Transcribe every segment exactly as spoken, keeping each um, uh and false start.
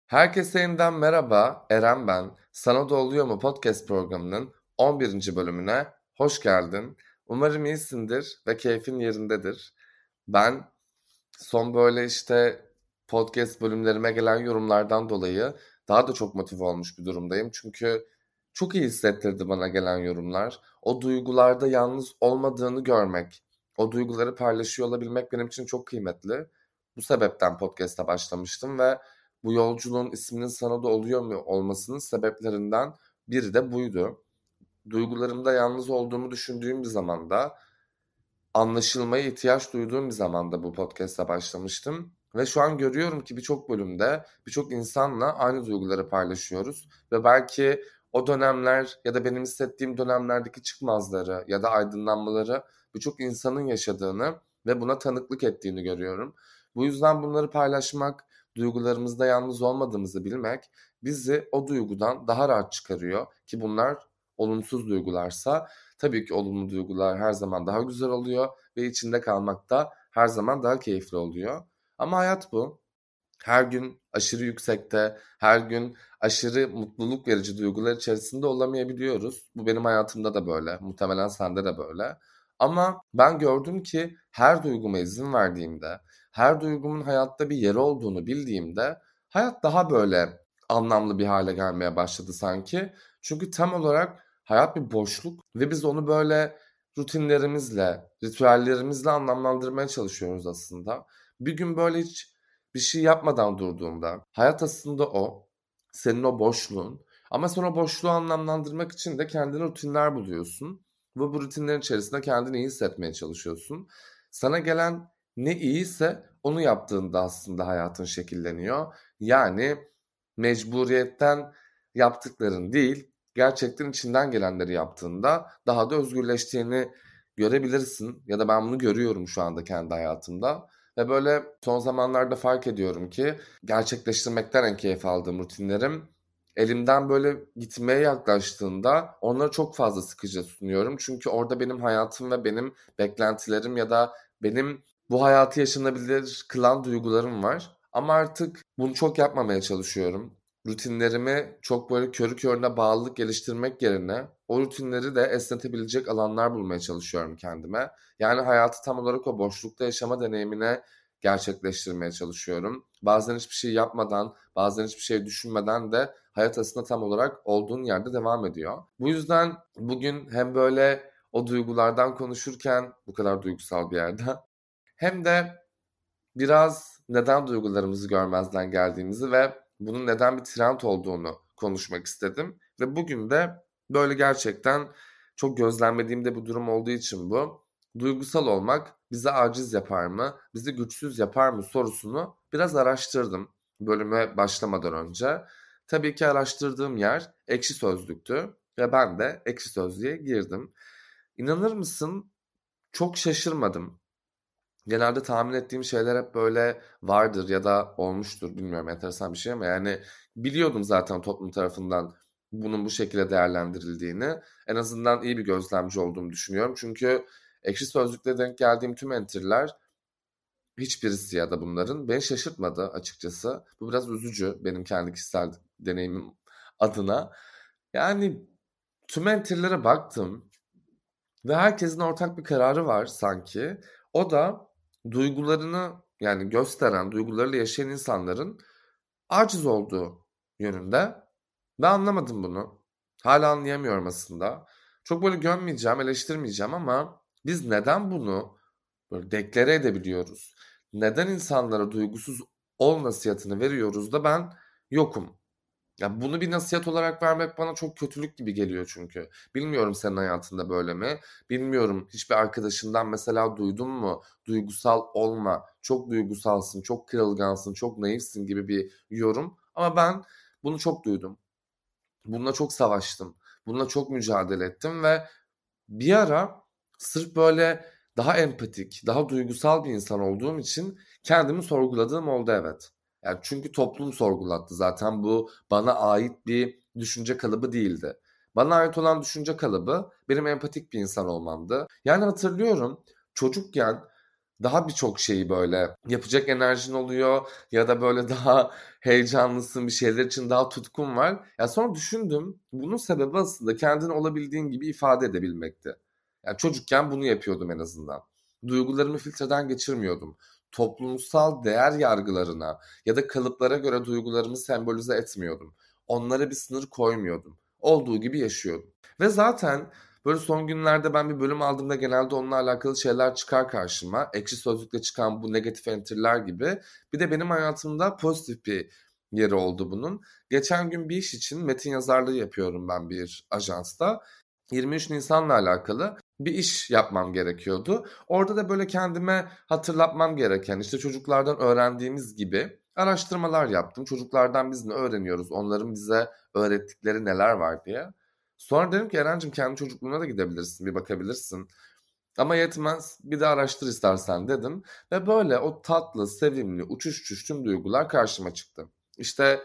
Herkese yeniden merhaba, Eren ben. Sana da Oluyor mu podcast programının on birinci bölümüne hoş geldin. Umarım iyisindir ve keyfin yerindedir. Ben son böyle işte podcast bölümlerime gelen yorumlardan dolayı daha da çok motive olmuş bir durumdayım. Çünkü çok iyi hissettirdi bana gelen yorumlar. O duygularda yalnız olmadığını görmek, o duyguları paylaşıyor olabilmek benim için çok kıymetli. Bu sebepten podcast'a başlamıştım ve bu yolculuğun isminin Sana da Oluyor mu olmasının sebeplerinden biri de buydu. Duygularımda yalnız olduğumu düşündüğüm bir zamanda, anlaşılmaya ihtiyaç duyduğum bir zamanda bu podcast'a başlamıştım. Ve şu an görüyorum ki birçok bölümde birçok insanla aynı duyguları paylaşıyoruz. Ve belki o dönemler ya da benim hissettiğim dönemlerdeki çıkmazları ya da aydınlanmaları birçok insanın yaşadığını ve buna tanıklık ettiğini görüyorum. Bu yüzden bunları paylaşmak, duygularımızda yalnız olmadığımızı bilmek bizi o duygudan daha rahat çıkarıyor ki bunlar olumsuz duygularsa tabii ki olumlu duygular her zaman daha güzel oluyor ve içinde kalmak da her zaman daha keyifli oluyor. Ama hayat bu. Her gün aşırı yüksekte, her gün aşırı mutluluk verici duygular içerisinde olamayabiliyoruz. Bu benim hayatımda da böyle, muhtemelen sende de böyle. Ama ben gördüm ki her duyguma izin verdiğimde, her duygumun hayatta bir yeri olduğunu bildiğimde hayat daha böyle anlamlı bir hale gelmeye başladı sanki. Çünkü tam olarak hayat bir boşluk ve biz onu böyle rutinlerimizle, ritüellerimizle anlamlandırmaya çalışıyoruz aslında. Bir gün böyle hiç bir şey yapmadan durduğunda hayat aslında o. Senin o boşluğun. Ama sonra boşluğu anlamlandırmak için de kendine rutinler buluyorsun. Ve bu rutinlerin içerisinde kendini iyi hissetmeye çalışıyorsun. Sana gelen ne iyiyse onu yaptığında aslında hayatın şekilleniyor. Yani mecburiyetten yaptıkların değil, gerçekten içinden gelenleri yaptığında daha da özgürleştiğini görebilirsin. Ya da ben bunu görüyorum şu anda kendi hayatımda. Ve böyle son zamanlarda fark ediyorum ki gerçekleştirmekten en keyif aldığım rutinlerim elimden böyle gitmeye yaklaştığında onları çok fazla sıkıca sunuyorum. Çünkü orada benim hayatım ve benim beklentilerim ya da benim bu hayatı yaşanabilir kılan duygularım var. Ama artık bunu çok yapmamaya çalışıyorum. Rutinlerimi çok böyle körü körüne bağlılık geliştirmek yerine o rutinleri de esnetebilecek alanlar bulmaya çalışıyorum kendime. Yani hayatı tam olarak o boşlukta yaşama deneyimine gerçekleştirmeye çalışıyorum. Bazen hiçbir şey yapmadan, bazen hiçbir şey düşünmeden de hayat aslında tam olarak olduğun yerde devam ediyor. Bu yüzden bugün hem böyle o duygulardan konuşurken bu kadar duygusal bir yerde hem de biraz neden duygularımızı görmezden geldiğimizi ve bunun neden bir trend olduğunu konuşmak istedim. Ve bugün de böyle gerçekten çok gözlemlediğim de bu durum olduğu için bu. Duygusal olmak bizi aciz yapar mı, bizi güçsüz yapar mı sorusunu biraz araştırdım bölüme başlamadan önce. Tabii ki araştırdığım yer Ekşi Sözlük'tü ve ben de Ekşi Sözlüğe girdim. İnanır mısın? Çok şaşırmadım. Genelde tahmin ettiğim şeyler hep böyle vardır ya da olmuştur. Bilmiyorum, enteresan bir şey ama yani biliyordum zaten toplum tarafından bunun bu şekilde değerlendirildiğini. En azından iyi bir gözlemci olduğumu düşünüyorum. Çünkü Ekşi Sözlük'te denk geldiğim tüm entry'ler hiçbirisi ya da bunların beni şaşırtmadı açıkçası. Bu biraz üzücü benim kendi kişisel deneyimim adına. Yani tüm entry'lere baktım ve herkesin ortak bir kararı var sanki. O da duygularını yani gösteren, duygularıyla yaşayan insanların aciz olduğu yönünde. Ben anlamadım bunu. Hala anlayamıyorum aslında. Çok böyle gömmeyeceğim, eleştirmeyeceğim ama biz neden bunu böyle deklare edebiliyoruz? Neden insanlara duygusuz ol nasihatini veriyoruz da ben yokum? Ya bunu bir nasihat olarak vermek bana çok kötülük gibi geliyor çünkü. Bilmiyorum senin hayatında böyle mi? Bilmiyorum hiçbir arkadaşından mesela duydun mu? Duygusal olma, çok duygusalsın, çok kırılgansın, çok naifsin gibi bir yorum. Ama ben bunu çok duydum. Bununla çok savaştım. Bununla çok mücadele ettim ve bir ara sırf böyle daha empatik, daha duygusal bir insan olduğum için kendimi sorguladığım oldu, evet. Yani çünkü toplum sorgulattı zaten, bu bana ait bir düşünce kalıbı değildi. Bana ait olan düşünce kalıbı benim empatik bir insan olmamdı. Yani hatırlıyorum çocukken daha birçok şeyi böyle yapacak enerjin oluyor ya da böyle daha heyecanlısın, bir şeyler için daha tutkun var. Ya sonra düşündüm, bunun sebebi aslında kendini olabildiğin gibi ifade edebilmekti. Yani çocukken bunu yapıyordum en azından. Duygularımı filtreden geçirmiyordum. Toplumsal değer yargılarına ya da kalıplara göre duygularımı sembolize etmiyordum. Onlara bir sınır koymuyordum. Olduğu gibi yaşıyordum. Ve zaten böyle son günlerde ben bir bölüm aldığımda genelde onunla alakalı şeyler çıkar karşıma. Ekşi Sözlük'te çıkan bu negatif entry'ler gibi. Bir de benim hayatımda pozitif bir yeri oldu bunun. Geçen gün bir iş için metin yazarlığı yapıyorum ben bir ajansta. yirmi üç Nisan'la alakalı bir iş yapmam gerekiyordu. Orada da böyle kendime hatırlatmam gereken, işte çocuklardan öğrendiğimiz gibi araştırmalar yaptım. Çocuklardan biz ne öğreniyoruz, onların bize öğrettikleri neler var diye. Sonra dedim ki Eren'cim kendi çocukluğuna da gidebilirsin, bir bakabilirsin. Ama yetmez, bir de araştır istersen dedim. Ve böyle o tatlı, sevimli, uçuş uçuş tüm duygular karşıma çıktı. İşte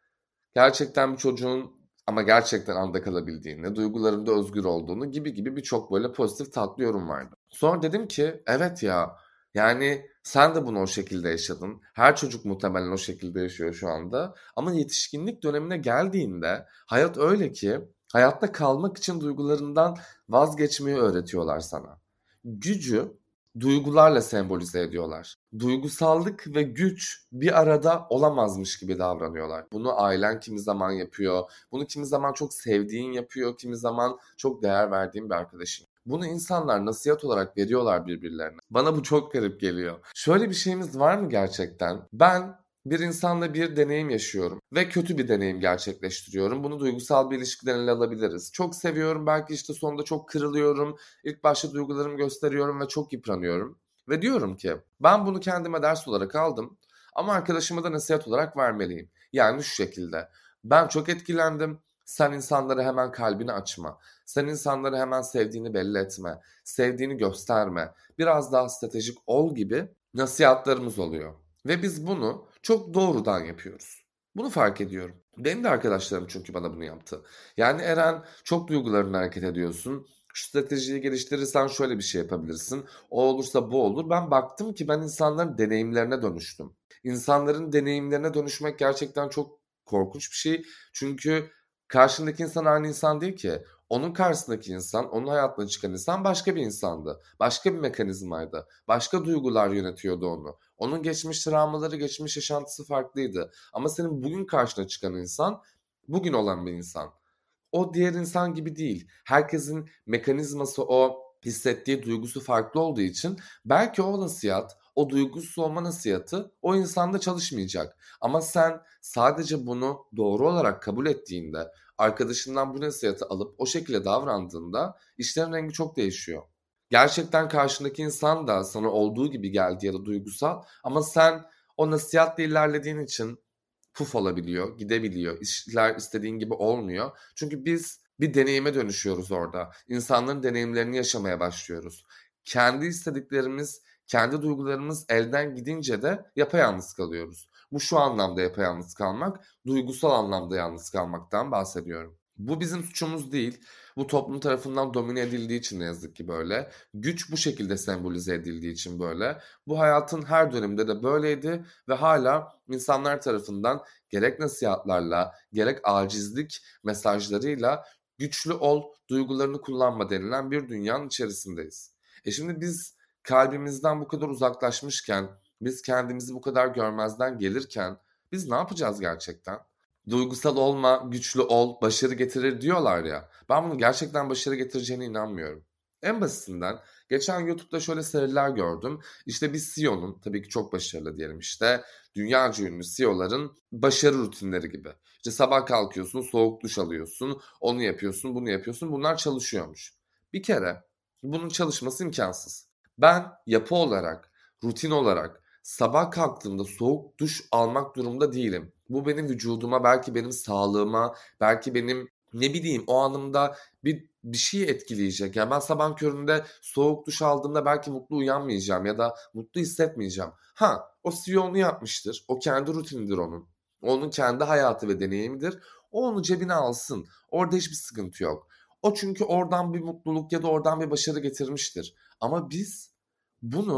gerçekten bir çocuğun ama gerçekten anda kalabildiğini, duygularında özgür olduğunu gibi gibi birçok böyle pozitif tatlı yorum vardı. Sonra dedim ki evet ya, yani sen de bunu o şekilde yaşadın. Her çocuk muhtemelen o şekilde yaşıyor şu anda. Ama yetişkinlik dönemine geldiğinde hayat öyle ki hayatta kalmak için duygularından vazgeçmeyi öğretiyorlar sana. Gücü duygularla sembolize ediyorlar. Duygusallık ve güç bir arada olamazmış gibi davranıyorlar. Bunu ailen kimi zaman yapıyor, bunu kimi zaman çok sevdiğin yapıyor, kimi zaman çok değer verdiğin bir arkadaşın. Bunu insanlar nasihat olarak veriyorlar birbirlerine. Bana bu çok garip geliyor. Şöyle bir şeyimiz var mı gerçekten? Ben bir insanla bir deneyim yaşıyorum ve kötü bir deneyim gerçekleştiriyorum. Bunu duygusal bir ilişkiden ele alabiliriz. Çok seviyorum, belki işte sonunda çok kırılıyorum. İlk başta duygularımı gösteriyorum ve çok yıpranıyorum. Ve diyorum ki ben bunu kendime ders olarak aldım ama arkadaşıma da nasihat olarak vermeliyim. Yani şu şekilde. Ben çok etkilendim. Sen insanlara hemen kalbini açma. Sen insanlara hemen sevdiğini belli etme. Sevdiğini gösterme. Biraz daha stratejik ol gibi nasihatlarımız oluyor. Ve biz bunu çok doğrudan yapıyoruz. Bunu fark ediyorum. Benim de arkadaşlarım çünkü bana bunu yaptı. Yani Eren, çok duygularına hareket ediyorsun. Şu stratejiyi geliştirirsen şöyle bir şey yapabilirsin. O olursa bu olur. Ben baktım ki ben insanların deneyimlerine dönüştüm. İnsanların deneyimlerine dönüşmek gerçekten çok korkunç bir şey. Çünkü karşındaki insan aynı insan değil ki. Onun karşısındaki insan, onun hayatına çıkan insan başka bir insandı. Başka bir mekanizmaydı. Başka duygular yönetiyordu onu. Onun geçmiş travmaları, geçmiş yaşantısı farklıydı. Ama senin bugün karşına çıkan insan, bugün olan bir insan. O diğer insan gibi değil. Herkesin mekanizması, o hissettiği duygusu farklı olduğu için belki o nasihat, o duygusuz olma nasihatı o insanda çalışmayacak. Ama sen sadece bunu doğru olarak kabul ettiğinde, arkadaşından bu nasihatı alıp o şekilde davrandığında işlerin rengi çok değişiyor. Gerçekten karşındaki insan da sana olduğu gibi geldi ya da duygusal ama sen o nasihatla ilerlediğin için puf olabiliyor, gidebiliyor. İşler istediğin gibi olmuyor. Çünkü biz bir deneyime dönüşüyoruz orada. İnsanların deneyimlerini yaşamaya başlıyoruz. Kendi istediklerimiz, kendi duygularımız elden gidince de yapayalnız kalıyoruz. Bu şu anlamda yapayalnız kalmak, duygusal anlamda yalnız kalmaktan bahsediyorum. Bu bizim suçumuz değil. Bu toplum tarafından domine edildiği için ne yazık ki böyle. Güç bu şekilde sembolize edildiği için böyle. Bu hayatın her döneminde de böyleydi ve hala insanlar tarafından gerek nasihatlarla, gerek acizlik mesajlarıyla güçlü ol, duygularını kullanma denilen bir dünyanın içerisindeyiz. E şimdi biz kalbimizden bu kadar uzaklaşmışken, biz kendimizi bu kadar görmezden gelirken biz ne yapacağız gerçekten? Duygusal olma, güçlü ol, başarı getirir diyorlar ya. Ben bunun gerçekten başarı getireceğine inanmıyorum. En basitinden geçen YouTube'da şöyle seriler gördüm. İşte bir C E O'nun, tabii ki çok başarılı diyelim işte, dünyaca ünlü C E O'ların başarı rutinleri gibi. İşte sabah kalkıyorsun, soğuk duş alıyorsun, onu yapıyorsun, bunu yapıyorsun. Bunlar çalışıyormuş. Bir kere bunun çalışması imkansız. Ben yapı olarak, rutin olarak sabah kalktığımda soğuk duş almak durumunda değilim. Bu benim vücuduma, belki benim sağlığıma, belki benim ne bileyim o anımda bir bir şey etkileyecek. Yani ben sabah köründe soğuk duş aldığımda belki mutlu uyanmayacağım ya da mutlu hissetmeyeceğim. Ha, o C E O onu yapmıştır. O kendi rutinidir onun. Onun kendi hayatı ve deneyimidir. O onu cebine alsın. Orada hiçbir sıkıntı yok. O çünkü oradan bir mutluluk ya da oradan bir başarı getirmiştir. Ama biz bunu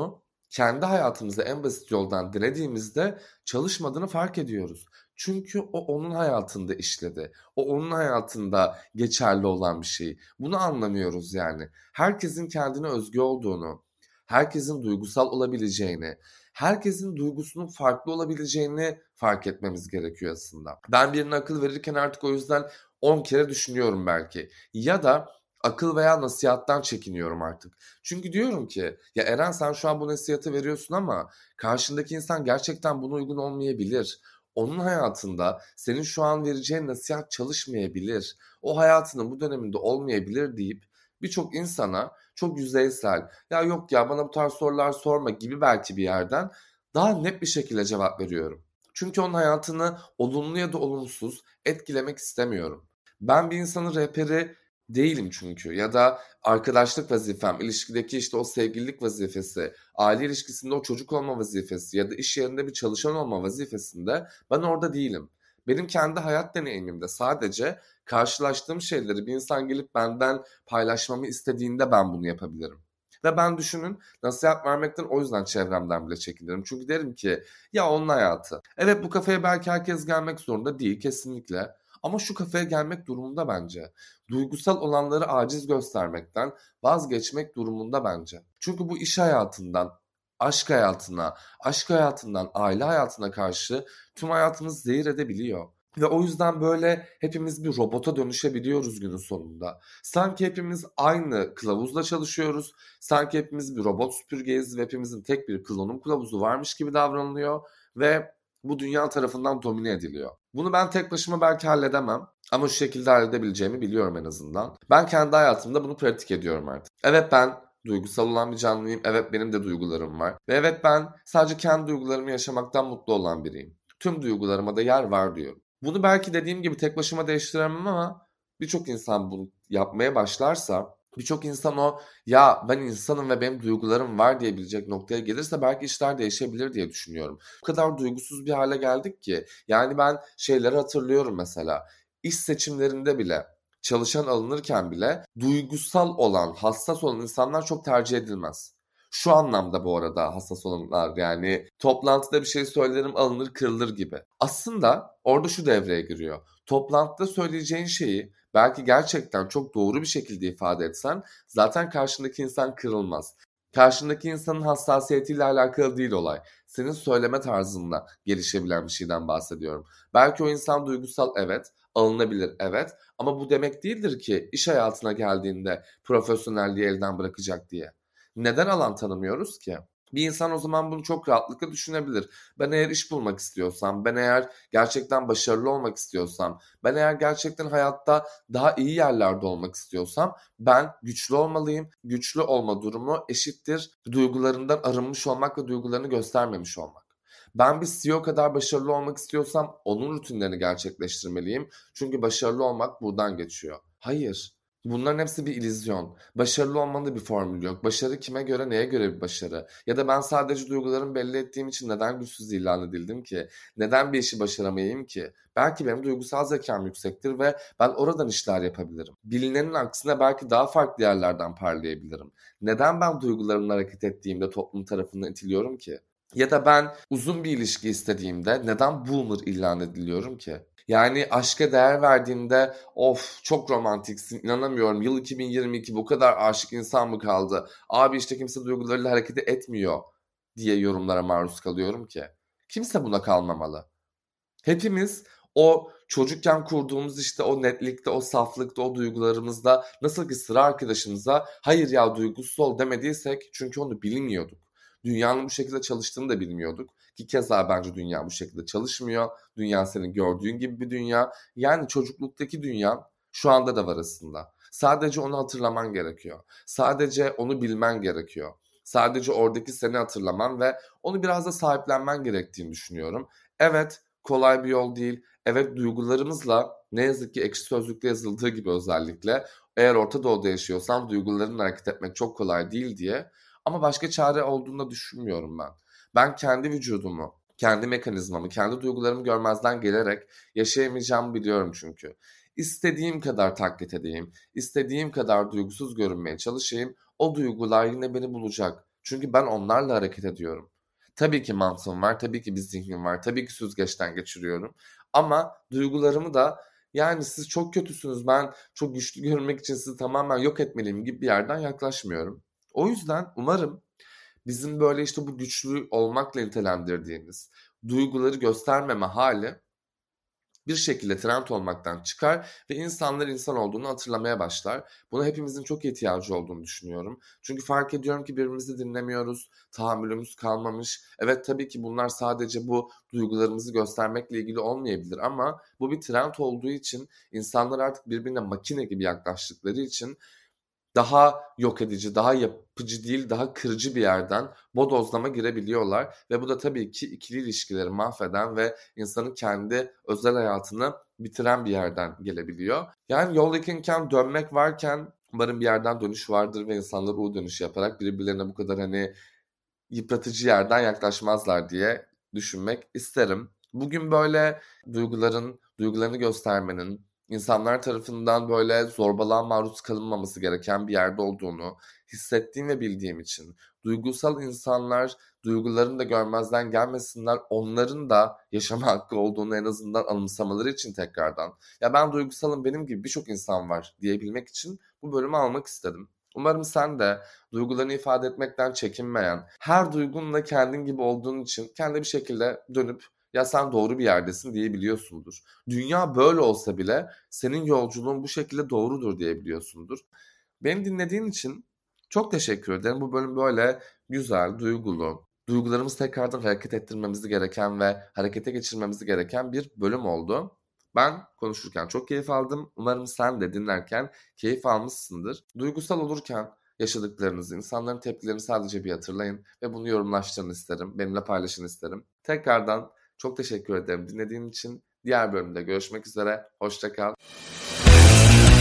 kendi hayatımıza en basit yoldan denediğimizde çalışmadığını fark ediyoruz. Çünkü o onun hayatında işledi. O onun hayatında geçerli olan bir şey. Bunu anlamıyoruz yani. Herkesin kendine özgü olduğunu, herkesin duygusal olabileceğini, herkesin duygusunun farklı olabileceğini fark etmemiz gerekiyor aslında. Ben birine akıl verirken artık o yüzden on kere düşünüyorum belki. Ya da akıl veya nasihattan çekiniyorum artık. Çünkü diyorum ki ya Eren sen şu an bu nasihatı veriyorsun ama karşındaki insan gerçekten buna uygun olmayabilir. Onun hayatında senin şu an vereceğin nasihat çalışmayabilir. O hayatının bu döneminde olmayabilir deyip birçok insana çok yüzeysel ya yok ya bana bu tarz sorular sorma gibi belki bir yerden daha net bir şekilde cevap veriyorum. Çünkü onun hayatını olumlu ya da olumsuz etkilemek istemiyorum. Ben bir insanın rehberi değilim çünkü ya da arkadaşlık vazifem, ilişkideki işte o sevgililik vazifesi, aile ilişkisinde o çocuk olma vazifesi ya da iş yerinde bir çalışan olma vazifesinde ben orada değilim. Benim kendi hayat deneyimimde sadece karşılaştığım şeyleri bir insan gelip benden paylaşmamı istediğinde ben bunu yapabilirim. Ve ben düşünün nasihat vermekten o yüzden çevremden bile çekinirim. Çünkü derim ki ya onun hayatı. Evet bu kafeye belki herkes gelmek zorunda değil kesinlikle. Ama şu kafeye gelmek durumunda bence. Duygusal olanları aciz göstermekten vazgeçmek durumunda bence. Çünkü bu iş hayatından, aşk hayatına, aşk hayatından aile hayatına karşı tüm hayatımız zehir edebiliyor. Ve o yüzden böyle hepimiz bir robota dönüşebiliyoruz günün sonunda. Sanki hepimiz aynı kılavuzla çalışıyoruz. Sanki hepimiz bir robot süpürgeyiz ve hepimizin tek bir klonun kılavuzu varmış gibi davranılıyor. Ve bu dünya tarafından domine ediliyor. Bunu ben tek başıma belki halledemem. Ama şu şekilde halledebileceğimi biliyorum en azından. Ben kendi hayatımda bunu pratik ediyorum artık. Evet ben duygusal olan bir canlıyım. Evet benim de duygularım var. Ve evet ben sadece kendi duygularımı yaşamaktan mutlu olan biriyim. Tüm duygularıma da yer var diyorum. Bunu belki dediğim gibi tek başıma değiştiremem ama birçok insan bunu yapmaya başlarsa, birçok insan o ya ben insanım ve benim duygularım var diyebilecek noktaya gelirse belki işler değişebilir diye düşünüyorum. Bu kadar duygusuz bir hale geldik ki yani ben şeyleri hatırlıyorum mesela iş seçimlerinde bile çalışan alınırken bile duygusal olan, hassas olan insanlar çok tercih edilmez. Şu anlamda bu arada hassas olanlar yani toplantıda bir şey söylerim alınır kırılır gibi. Aslında orada şu devreye giriyor. Toplantıda söyleyeceğin şeyi belki gerçekten çok doğru bir şekilde ifade etsen zaten karşındaki insan kırılmaz. Karşındaki insanın hassasiyetiyle alakalı değil olay. Senin söyleme tarzınla gelişebilen bir şeyden bahsediyorum. Belki o insan duygusal evet, alınabilir evet ama bu demek değildir ki iş hayatına geldiğinde profesyonelliği elden bırakacak diye. Neden alan tanımıyoruz ki? Bir insan o zaman bunu çok rahatlıkla düşünebilir. Ben eğer iş bulmak istiyorsam, ben eğer gerçekten başarılı olmak istiyorsam, ben eğer gerçekten hayatta daha iyi yerlerde olmak istiyorsam ben güçlü olmalıyım. Güçlü olma durumu eşittir duygularından arınmış olmak ve duygularını göstermemiş olmak. Ben bir C E O kadar başarılı olmak istiyorsam onun rutinlerini gerçekleştirmeliyim. Çünkü başarılı olmak buradan geçiyor. Hayır. Bunların hepsi bir illüzyon. Başarılı olmanın da bir formülü yok. Başarı kime göre, neye göre bir başarı? Ya da ben sadece duygularımı belli ettiğim için neden güçsüz ilan edildim ki? Neden bir işi başaramayayım ki? Belki benim duygusal zekam yüksektir ve ben oradan işler yapabilirim. Bilinenin aksine belki daha farklı yerlerden parlayabilirim. Neden ben duygularımla hareket ettiğimde toplum tarafından itiliyorum ki? Ya da ben uzun bir ilişki istediğimde neden boomer ilan ediliyorum ki? Yani aşka değer verdiğimde of çok romantiksin inanamıyorum yıl iki bin yirmi iki bu kadar aşık insan mı kaldı? Abi işte kimse duygularıyla hareket etmiyor diye yorumlara maruz kalıyorum ki. Kimse buna kalmamalı. Hepimiz o çocukken kurduğumuz işte o netlikte, o saflıkta, o duygularımızda nasıl ki sıra arkadaşımıza hayır ya duygusuz ol demediysek çünkü onu bilmiyorduk. Dünyanın bu şekilde çalıştığını da bilmiyorduk. Ki keza bence dünya bu şekilde çalışmıyor. Dünya senin gördüğün gibi bir dünya. Yani çocukluktaki dünya şu anda da var aslında. Sadece onu hatırlaman gerekiyor. Sadece onu bilmen gerekiyor. Sadece oradaki seni hatırlaman ve onu biraz da sahiplenmen gerektiğini düşünüyorum. Evet, kolay bir yol değil. Evet duygularımızla ne yazık ki Ekşi Sözlük'te yazıldığı gibi özellikle eğer Orta Doğu'da yaşıyorsan duygularınla hareket etmek çok kolay değil diye. Ama başka çare olduğunu da düşünmüyorum ben. Ben kendi vücudumu, kendi mekanizmamı, kendi duygularımı görmezden gelerek yaşayamayacağımı biliyorum çünkü. İstediğim kadar taklit edeyim, istediğim kadar duygusuz görünmeye çalışayım, o duygular yine beni bulacak. Çünkü ben onlarla hareket ediyorum. Tabii ki mantığım var, tabii ki bir zihnim var, tabii ki süzgeçten geçiriyorum. Ama duygularımı da yani siz çok kötüsünüz, ben çok güçlü görünmek için sizi tamamen yok etmeliyim gibi bir yerden yaklaşmıyorum. O yüzden umarım bizim böyle işte bu güçlü olmakla nitelendirdiğimiz duyguları göstermeme hali bir şekilde trend olmaktan çıkar ve insanlar insan olduğunu hatırlamaya başlar. Buna hepimizin çok ihtiyacı olduğunu düşünüyorum. Çünkü fark ediyorum ki birbirimizi dinlemiyoruz, tahammülümüz kalmamış. Evet tabii ki bunlar sadece bu duygularımızı göstermekle ilgili olmayabilir ama bu bir trend olduğu için insanlar artık birbirine makine gibi yaklaştıkları için daha yok edici, daha yapıcı değil, daha kırıcı bir yerden bodozlama girebiliyorlar ve bu da tabii ki ikili ilişkileri mahveden ve insanın kendi özel hayatını bitiren bir yerden gelebiliyor. Yani yol yakınken dönmek varken umarım bir yerden dönüş vardır ve insanlar U dönüşü yaparak birbirlerine bu kadar hani yıpratıcı yerden yaklaşmazlar diye düşünmek isterim. Bugün böyle duyguların, duygularını göstermenin, insanlar tarafından böyle zorbalığa maruz kalınmaması gereken bir yerde olduğunu hissettiğim ve bildiğim için, duygusal insanlar duygularını da görmezden gelmesinler, onların da yaşama hakkı olduğunu en azından anımsamaları için tekrardan, ya ben duygusalım benim gibi birçok insan var diyebilmek için bu bölümü almak istedim. Umarım sen de duygularını ifade etmekten çekinmeyen, her duygunla kendin gibi olduğun için kendi bir şekilde dönüp ya sen doğru bir yerdesin diyebiliyorsundur. Dünya böyle olsa bile senin yolculuğun bu şekilde doğrudur diyebiliyorsundur. Beni dinlediğin için çok teşekkür ederim. Bu bölüm böyle güzel, duygulu, duygularımızı tekrardan hareket ettirmemizi gereken ve harekete geçirmemizi gereken bir bölüm oldu. Ben konuşurken çok keyif aldım. Umarım sen de dinlerken keyif almışsındır. Duygusal olurken yaşadıklarınızı, insanların tepkilerini sadece bir hatırlayın ve bunu yorumlaştırın isterim. Benimle paylaşın isterim. Tekrardan çok teşekkür ederim dinlediğin için. Diğer bölümde görüşmek üzere. Hoşça kal.